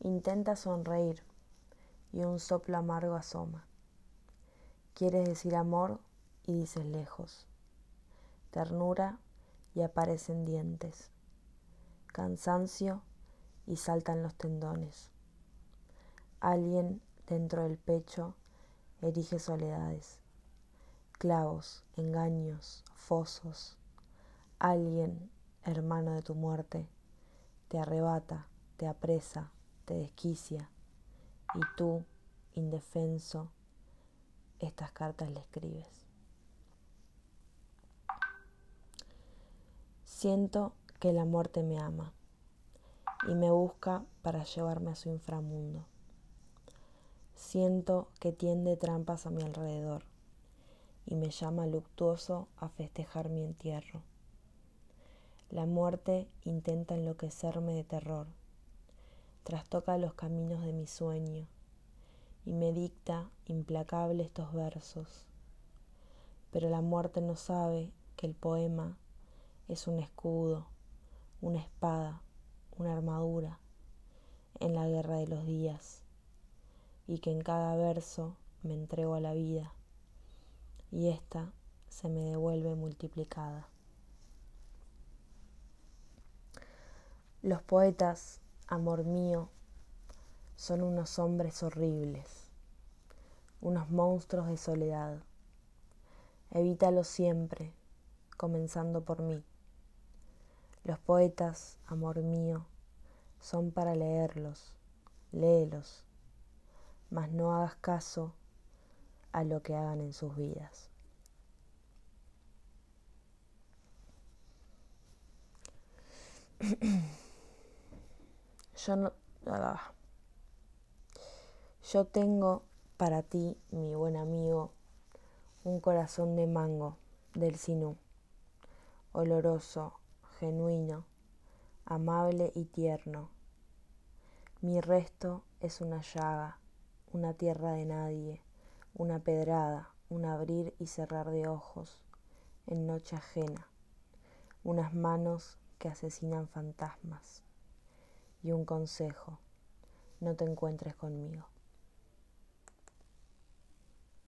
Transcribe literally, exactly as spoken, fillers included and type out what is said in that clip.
Intenta sonreír y un soplo amargo asoma. Quieres decir amor y dices lejos. Ternura y aparecen dientes. Cansancio y saltan los tendones. Alguien dentro del pecho erige soledades. Clavos, engaños, fosos. Alguien, hermano de tu muerte, te arrebata, te apresa, te desquicia, y tú, indefenso, estas cartas le escribes. Siento que la muerte me ama y me busca para llevarme a su inframundo. Siento que tiende trampas a mi alrededor y me llama luctuoso a festejar mi entierro. La muerte intenta enloquecerme de terror, trastoca los caminos de mi sueño y me dicta implacable estos versos. Pero la muerte no sabe que el poema es un escudo, una espada, una armadura en la guerra de los días, y que en cada verso me entrego a la vida y ésta se me devuelve multiplicada. Los poetas, amor mío, son unos hombres horribles, unos monstruos de soledad. Evítalos siempre, comenzando por mí. Los poetas, amor mío, son para leerlos, léelos, mas no hagas caso a lo que hagan en sus vidas. Yo no... Ah, yo tengo para ti, mi buen amigo, un corazón de mango del Sinú, oloroso, genuino, amable y tierno. Mi resto es una llaga, una tierra de nadie, una pedrada, un abrir y cerrar de ojos en noche ajena, unas manos que asesinan fantasmas y un consejo: no te encuentres conmigo.